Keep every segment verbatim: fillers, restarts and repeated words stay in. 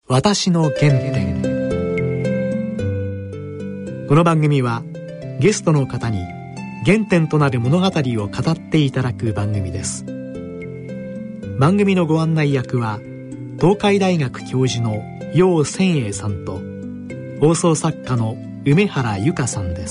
私の原点。この番組はゲストの方に原点となる物語を語っていただく番組です。番組のご案内役は東海大学教授の楊千栄さんと放送作家の梅原由香さんです。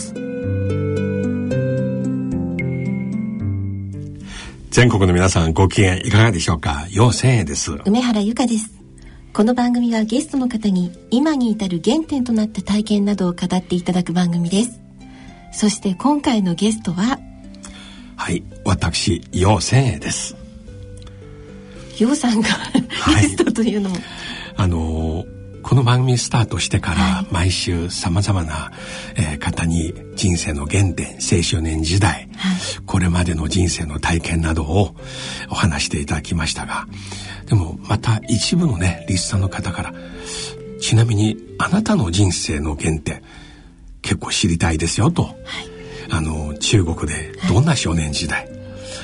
全国の皆さん、ご機嫌いかがでしょうか。楊千栄です。 梅原由香です。この番組はゲストの方に今に至る原点となった体験などを語っていただく番組です。そして今回のゲストは、はい、 私楊千栄です。 楊さんが、はい、ゲストというのも、 あのーこの番組スタートしてから毎週さまざまな、えー、方に人生の原点、青少年時代、はい、これまでの人生の体験などをお話していただきましたが、でもまた一部のねリスナーの方から、ちなみにあなたの人生の原点結構知りたいですよと、はい、あの中国でどんな少年時代、はい、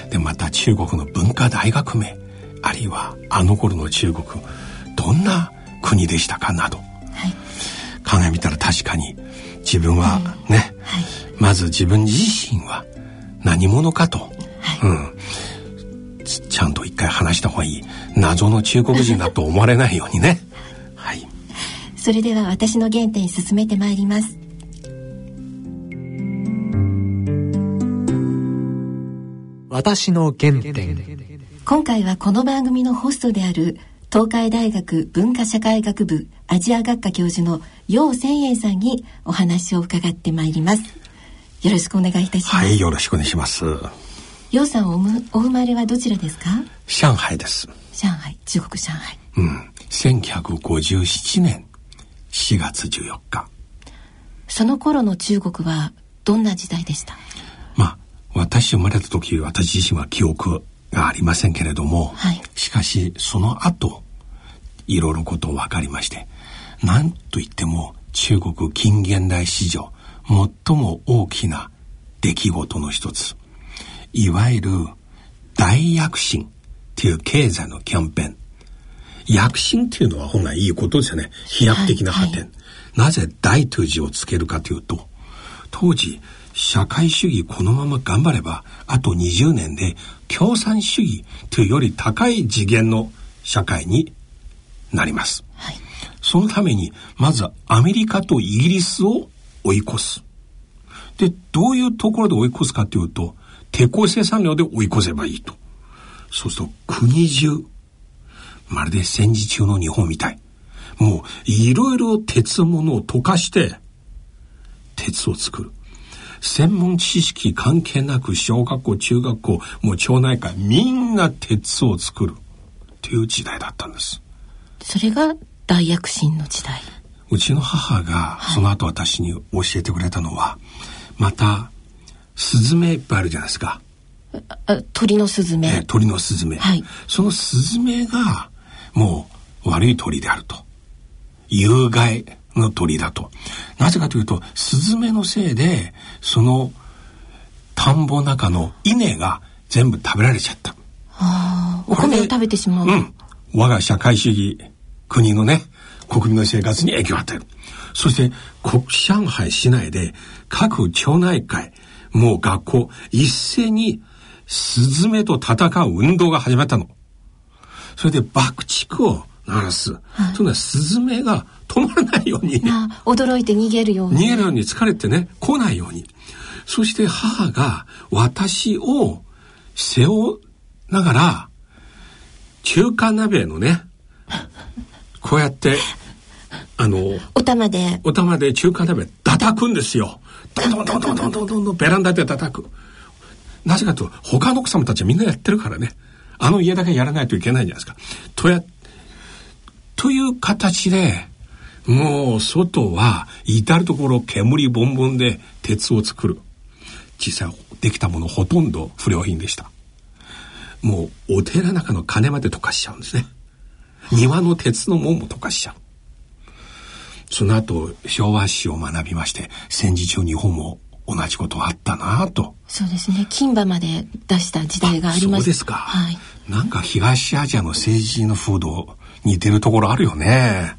でまた中国の文化大学名、あるいはあの頃の中国どんな国でしたかなど、はい、考えみたら確かに自分はね、はいはい、まず自分自身は何者かと、はい、うん、ちゃんと一回話した方がいい。謎の中国人だと思われないようにねはい。 それでは私の原点進めてまいります。 私の原点。 今回はこの番組のホストである東海大学文化社会学部アジア学科教授の楊千栄さんにお話を伺ってまいります。よろしくお願いいたします。 はい、よろしくお願いします。 楊さん、お, むお生まれはどちらですか？ 上海です。 上海、中国上海。 うん、せんきゅうひゃくごじゅうななねんしがつじゅうよっか。 その頃の中国はどんな時代でした？ まあ私生まれた時、私自身は記憶がありませんけれども、はい、しかしその後いろいろこと分かりまして、なんといっても中国近現代史上最も大きな出来事の一つ、いわゆる大躍進っていう経済のキャンペーン。躍進っていうのは本来いいことですよね。飛躍的な発展、はいはい、なぜ大という字をつけるかというと、当時社会主義このまま頑張ればあとにじゅうねんで共産主義というより高い次元の社会になります、はい、そのためにまずアメリカとイギリスを追い越す。で、どういうところで追い越すかというと、鉄鋼生産量で追い越せばいいと。そうすると国中、まるで戦時中の日本みたい、もういろいろ鉄物を溶かして鉄を作る。専門知識関係なく小学校、中学校、もう町内会みんな鉄を作るという時代だったんです。 それが大躍進の時代。 うちの母がその後私に教えてくれたのは、はい、またスズメいっぱいあるじゃないですか。 あ、鳥のスズメ、 えー、鳥のスズメ、はい、そのスズメがもう悪い鳥であると、有害の鳥だと。なぜかというと、スズメのせいでその田んぼの中の稲が全部食べられちゃった。 あ、お米を食べてしまう。うん、 我が社会主義国のね、国民の生活に影響を与える。そして上海市内で各町内会、もう学校一斉にスズメと戦う運動が始まったの。それで爆竹を鳴らす、はい、そのスズメが止まらないように、 あ、驚いて逃げるように、 逃げるように疲れてね、来ないように。そして母が私を背負いながら中華鍋のね、こうやってあのお玉でお玉で中華鍋叩くんですよ。どんどんどんどんどんどんどんどんベランダで叩く。なぜかと、他の奥様たちはみんなやってるからね、あの家だけやらないといけないじゃないですか。とやという形で、もう外は至るところ煙ボンボンで鉄を作る。実際できたものほとんど不良品でした。もうお寺の中の鐘まで溶かしちゃうんですね。庭の鉄の門も溶かしちゃう。その後昭和史を学びまして、戦時中日本も同じことあったなと。 そうですね、金馬まで出した時代があります。 そうですか、 はい、 なんか東アジアの政治の風土似てるところあるよね。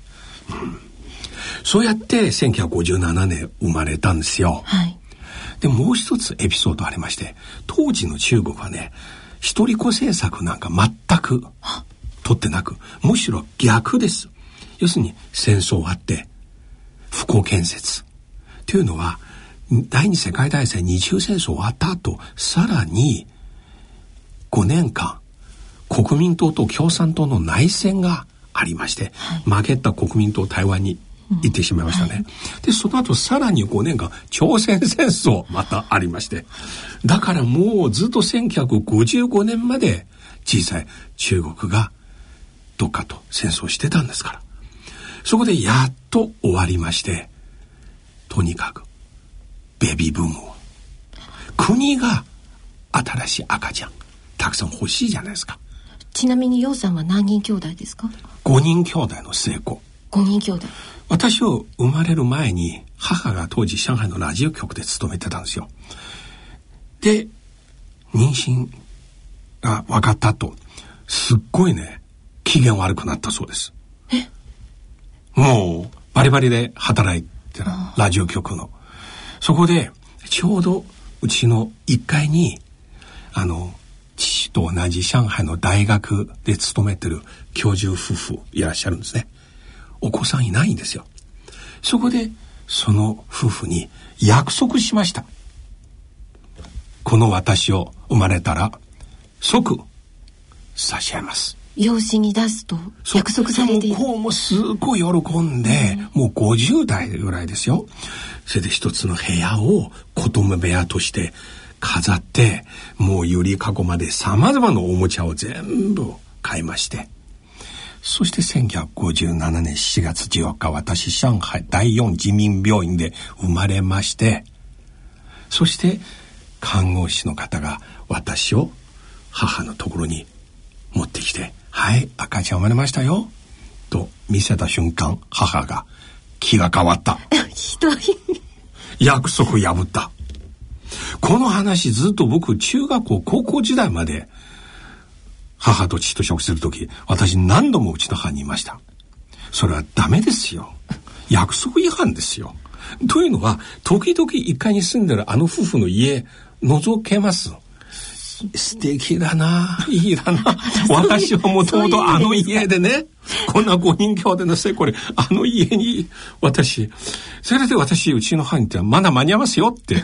うん、そうやってせんきゅうひゃくごじゅうななねん生まれたんですよ。 はい。 で、もう一つエピソードありまして、当時の中国はね、一人っ子政策なんか全く取ってなく、むしろ逆です。要するに戦争終わって復興建設というのは、第二次世界大戦、日中戦争終わった後、さらにごねんかん国民党と共産党の内戦がありまして、はい、負けた国民党台湾に行ってしまいましたね、うんはい、でその後さらにごねんかん朝鮮戦争またありまして、だからもうずっとせんきゅうひゃくごじゅうごねんまで小さい中国がどっかと戦争してたんですから、そこでやっと終わりまして、とにかくベビーブームを、国が新しい赤ちゃんたくさん欲しいじゃないですか。 ちなみに楊さんは何人兄弟ですか？ ごにん兄弟の末っ子。 ごにん兄弟。 私を生まれる前に母が当時上海のラジオ局で勤めてたんですよ。で、妊娠が分かった後、すっごいね、機嫌悪くなったそうです。 え？ もうバリバリで働いてたラジオ局の。そこでちょうどうちのいっかいにあの父と同じ上海の大学で勤めてる教授夫婦いらっしゃるんですね。お子さんいないんですよ。そこでその夫婦に約束しました。この私を生まれたら即差し上げます。 養子に出すと約束されている。 向こうもすごい喜んで、うん、もうごじゅう代ぐらいですよ。それで一つの部屋を子供部屋として飾って、もうゆりかごまで様々なおもちゃを全部買いまして、そしてせんきゅうひゃくごじゅうななねんしちがつじゅうよっか、私上海だいよん人民病院で生まれまして、そして看護師の方が私を母のところに持ってきて、はい、赤ちゃん生まれましたよと見せた瞬間、母が気が変わった。 ひどい。 約束破った。この話ずっと僕中学校高校時代まで母と父と食するとき、私何度もうちの母に言いました。それはダメですよ。約束違反ですよ。というのは、時々一階に住んでるあの夫婦の家覗けます。素敵だな、いいだな。私はもともとあの家でね、こんなごにん兄弟のせい、これあの家に私、それで私うちの母に言ってまだ間に合いますよって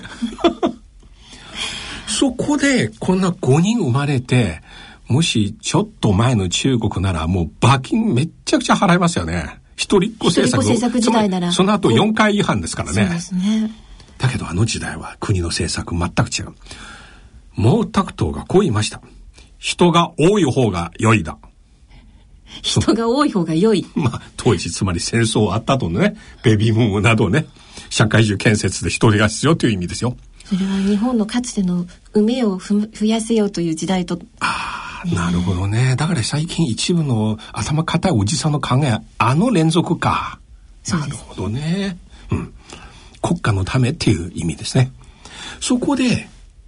そこでこんなごにん生まれて、もしちょっと前の中国ならもう罰金めっちゃくちゃ払いますよね。一人っ子政策。 一人っ子政策時代なら。 その後よんかい違反ですからね。 そうですね。 だけどあの時代は国の政策全く違う。毛沢東がこう言いました。人が多い方が良いだ。 人が多い方が良い。 まあ当時つまり戦争あった後のね、ベビーブームなどね、社会主義建設で人手が必要という意味ですよ。 それは日本のかつての産めを増やせようという時代と。 ああ、なるほどね。だから最近一部の頭固いおじさんの考え、あの連続か。なるほどね。うん。国家のためっていう意味ですね。そこで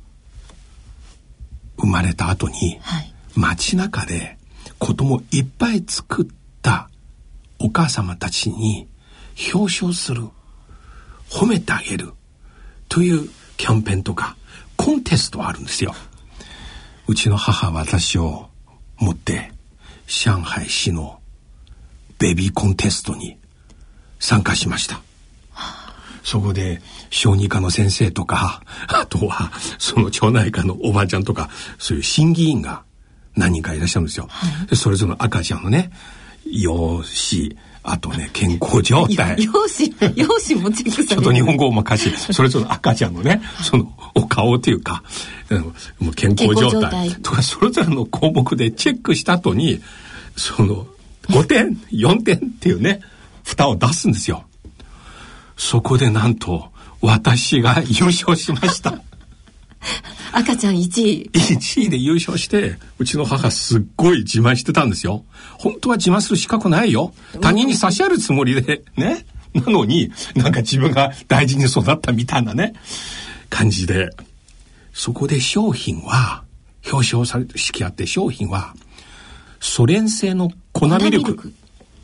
生まれた後に、はい、街中で子供いっぱい作ったお母様たちに表彰する、褒めてあげるというキャンペーンとかコンテストあるんですよ。うちの母は私を持って上海市のベビーコンテストに参加しました。そこで小児科の先生とか、あとはその町内会のおばあちゃんとか、そういう審議員が何人かいらっしゃるんですよ。はい、でそれぞれの赤ちゃんのね、容姿、あとね、健康状態。 容姿、容姿もチェックされる。 ちょっと日本語を任し、それぞれの赤ちゃんのね、そのお顔というか、もう健康状態とか、それぞれの項目でチェックした後に、そのごてん、よんてんっていうね、蓋を出すんですよ。そこでなんと私が優勝しました赤ちゃんいちいいちいで優勝して、うちの母すっごい自慢してたんですよ。本当は自慢する資格ないよ、他人に差し上げるつもりでね、なのになんか自分が大事に育ったみたいなね感じで、そこで商品は表彰されて式あって、商品はソ連製の粉ミルク。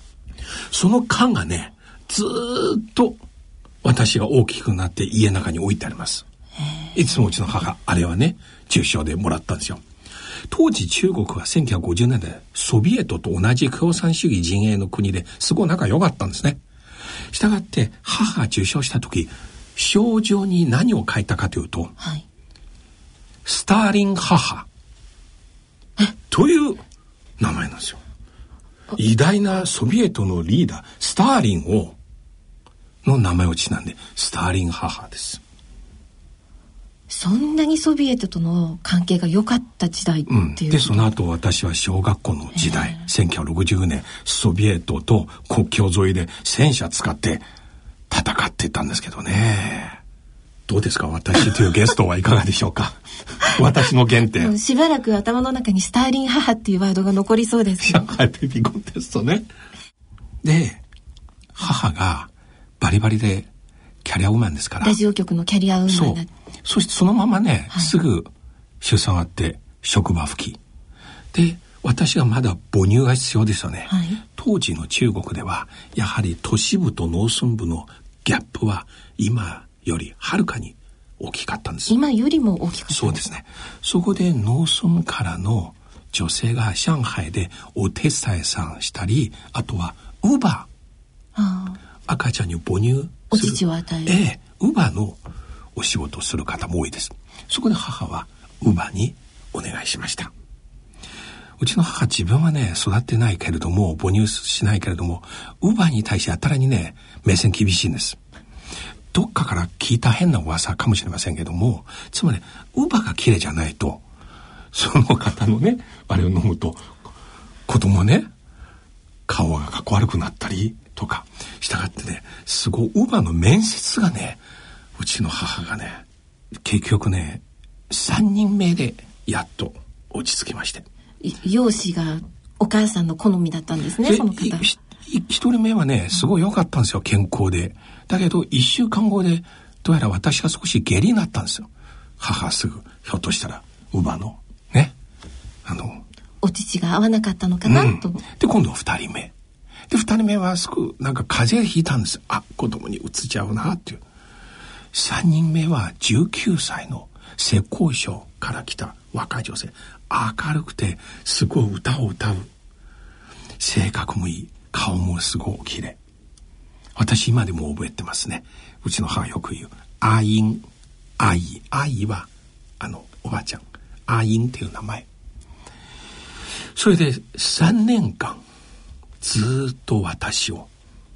その缶がね、ずーっと私が大きくなって家の中に置いてあります。いつもうちの母、あれはね、中小でもらったんですよ。当時中国はせんきゅうひゃくごじゅうねんだい、ソビエトと同じ共産主義陣営の国ですごい仲良かったんですね。したがって母が受賞した時、賞状に何を書いたかというと、はい、スターリン母という名前なんですよ。偉大なソビエトのリーダースターリンをの名前をちなんでスターリン母です。 そんなにソビエトとの関係が良かった時代っていう、うん、 でその後私は小学校の時代、せんきゅうひゃくろくじゅうねんソビエトと国境沿いで戦車使って戦ってたんですけどね。どうですか、私というゲストはいかがでしょうか。私の原点、 しばらく頭の中にスターリン母っていうワードが残りそうです。 上海ベビーコンテストね。で母がバリバリでキャリアウーマンですから、 ラジオ局のキャリアウーマンだ。 そう、そしてそのままね、はい、すぐ出産があって職場復帰で、私がまだ母乳が必要ですよね、はい、当時の中国ではやはり都市部と農村部のギャップは今よりはるかに大きかったんです。 今よりも大きかった。 そうですね。そこで農村からの女性が上海でお手伝いさんしたり、あとはウーバー、赤ちゃんに母乳するお乳を与える、 ええ、ウーバーのお仕事をする方も多いです。そこで母はウーバーにお願いしました。うちの母、自分はね育ってないけれども、母乳しないけれども、ウーバーに対してやたらにね目線厳しいんです。どっかから聞いた変な噂かもしれませんけども、つまりウーバーが綺麗じゃないと、その方のねあれを飲むと子供ね顔がかっこ悪くなったりとかしたがってね、すごいウーバーの面接がね、うちの母がね結局ねさんにんめでやっと落ち着きまして、 容姿がお母さんの好みだったんですね。その方一人目はねすごい良かったんですよ、健康で。だけど一週間後でどうやら私が少し下痢になったんですよ。母はすぐひょっとしたらウーバーのねあのお乳が合わなかったのかな、うん、と。 で今度は二人目で、二人目はすぐなんか風邪ひいたんです。あ、子供にうつっちゃうなっていう。三人目はじゅうきゅうさいの浙江省から来た若い女性、明るくてすごい歌を歌う、性格もいい、顔もすごい綺麗。私今でも覚えてますね。うちの母よく言うアイン、アイ、アイはあのおばあちゃん、アインっていう名前。それでさんねんかんずっと私を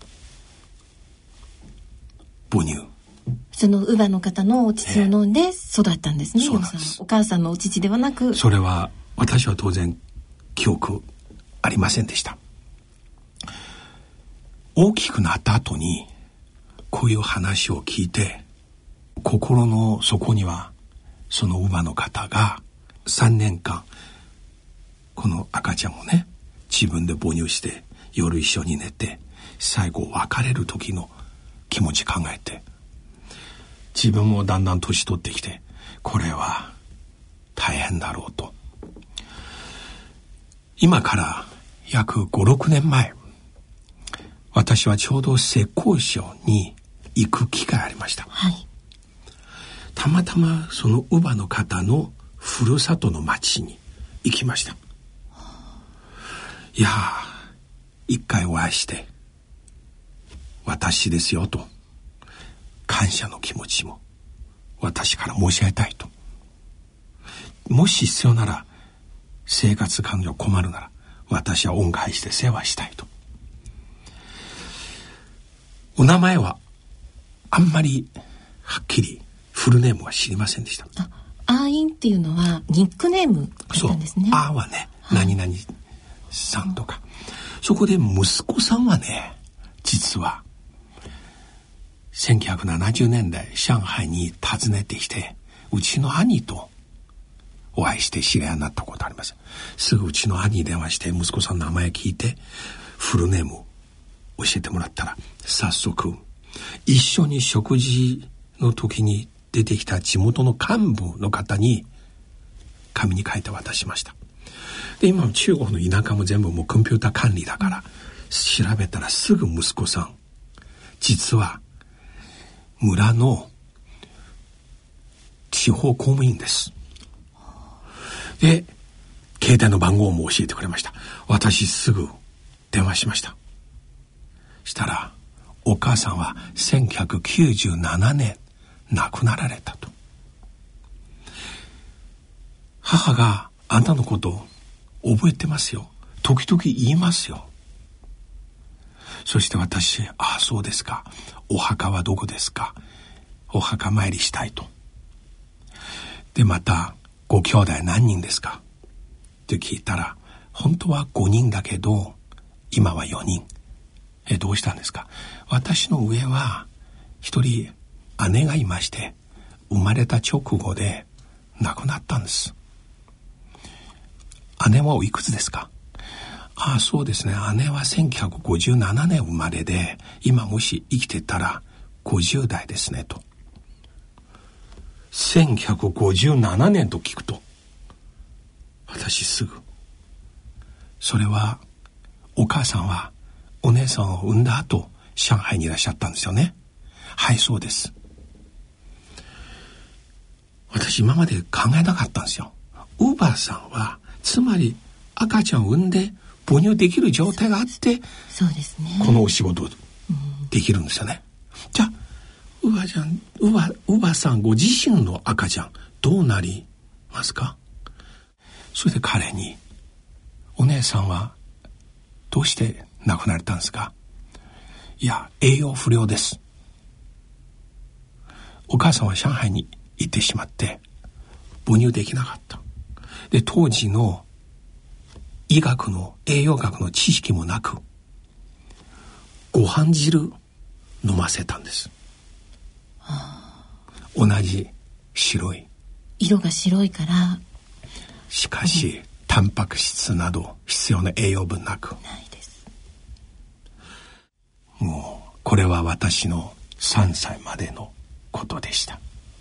母乳、 その乳母の方のお乳を飲んで育ったんですね。 そうなんです。 お母さんのお乳ではなく。 それは私は当然記憶ありませんでした。大きくなった後にこういう話を聞いて、心の底にはその乳母の方がさんねんかんこの赤ちゃんをね自分で母乳して夜一緒に寝て、最後別れる時の気持ち考えて、自分もだんだん年取ってきて、これは大変だろうと。今から約ご、ろくねんまえ、私はちょうど浙江省に行く機会ありました、 はい、 たまたまその乳母の方のふるさとの町に行きました。いやー、一回お会いして私ですよと感謝の気持ちも私から申し上げたいと。もし必要なら、生活彼女困るなら私は恩返しで世話したいと。お名前はあんまりはっきりフルネームは知りませんでした。 あ、アーインっていうのはニックネームだったんですね。 そう、アーはね、はい、何々さんとか、そこで息子さんはね、実はせんきゅうひゃくななじゅうねんだい上海に訪ねてきて、うちの兄とお会いして知り合いになったことあります。すぐうちの兄に電話して息子さんの名前聞いてフルネームを教えてもらったら、早速一緒に食事の時に出てきた地元の幹部の方に紙に書いて渡しました。で、今の中国の田舎も全部もうコンピューター管理だから、 調べたらすぐ息子さん、実は村の地方公務員です。で、携帯の番号も教えてくれました。私すぐ電話しました。したらお母さんはせんきゅうひゃくきゅうじゅうななねん亡くなられたと。母があんたのこと覚えてますよ。時々言いますよ。そして私、ああそうですか。お墓はどこですか。お墓参りしたいと。で、またご兄弟何人ですかって聞いたら、本当はごにんだけど今はよにん。え、どうしたんですか。私の上は一人姉がいまして、生まれた直後で亡くなったんです。姉はおいくつですか。ああそうですね、姉はせんきゅうひゃくごじゅうななねん生まれで、今もし生きてたらごじゅう代ですねと。せんきゅうひゃくごじゅうななねんと聞くと、私すぐ、それはお母さんはお姉さんを産んだ後上海にいらっしゃったんですよね。はい、そうです。私今まで考えなかったんですよ。ウーバーさんはつまり赤ちゃんを産んで母乳できる状態があって、 そうですね、 このお仕事できるんですよね。うん、じゃあウーバーちゃん、ウーバー、ウーバーさんご自身の赤ちゃんどうなりますか。それで彼に、お姉さんはどうして亡くなられたんですか。いや、栄養不良です。お母さんは上海に行ってしまって母乳できなかった。で、当時の医学の栄養学の知識もなく、ご飯汁飲ませたんです。はあ、同じ白い色が白いから。 しかし、うん、タンパク質など必要な栄養分なく。 ないです。 もうこれは私のさんさいまでのことでした。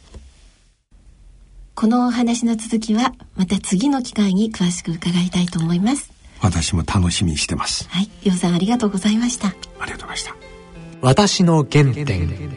このお話の続きはまた次の機会に詳しく伺いたいと思います。 私も楽しみにしてます。 はい、楊さんありがとうございました。 ありがとうございました。 私の原点。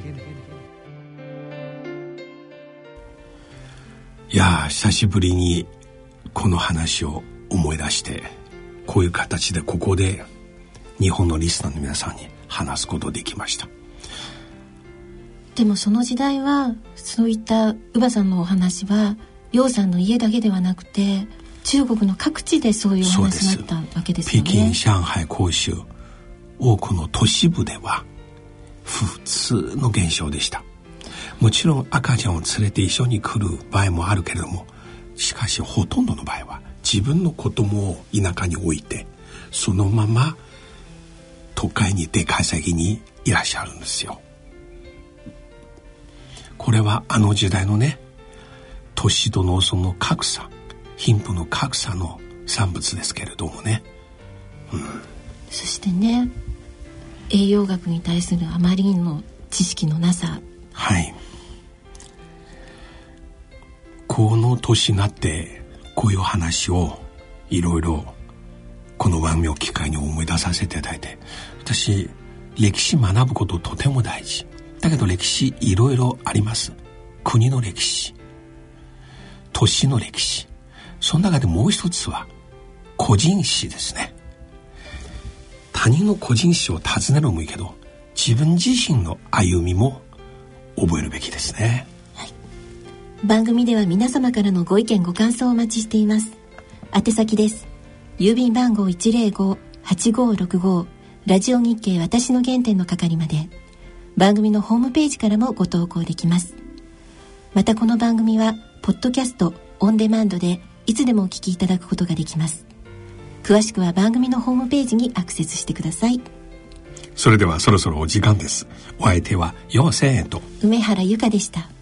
いや、久しぶりにこの話を思い出して、こういう形でここで日本のリスナーの皆さんに話すことできました。 でもその時代はそういったウバさんのお話は楊さんの家だけではなくて中国の各地でそういうお話になったわけですよね。 北京、上海、広州、多くの都市部では普通の現象でした。もちろん赤ちゃんを連れて一緒に来る場合もあるけれども、しかしほとんどの場合は自分の子供を田舎に置いてそのまま都会に出稼ぎにいらっしゃるんですよ。これはあの時代のね、都市と農村の格差、貧富の格差の産物ですけれどもね、うん、 そしてね、栄養学に対するあまりの知識のなさ。 はい、この年になってこういう話をいろいろこの番組を機会に思い出させていただいて、私歴史学ぶこととても大事だけど、歴史いろいろあります。国の歴史、都市の歴史、その中でもう一つは個人史ですね。他人の個人史を尋ねるのもいいけど、自分自身の歩みも覚えるべきですね。 はい、番組では皆様からのご意見ご感想をお待ちしています。宛先です。郵便番号 いちゼロご はちごろくご ラジオ日経私の原点の係まで。番組のホームページからもご投稿できます。またこの番組はポッドキャストオンデマンドでいつでもお聞きいただくことができます。詳しくは番組のホームページにアクセスしてください。 それではそろそろお時間です。お相手はよんせんえんと梅原由香でした。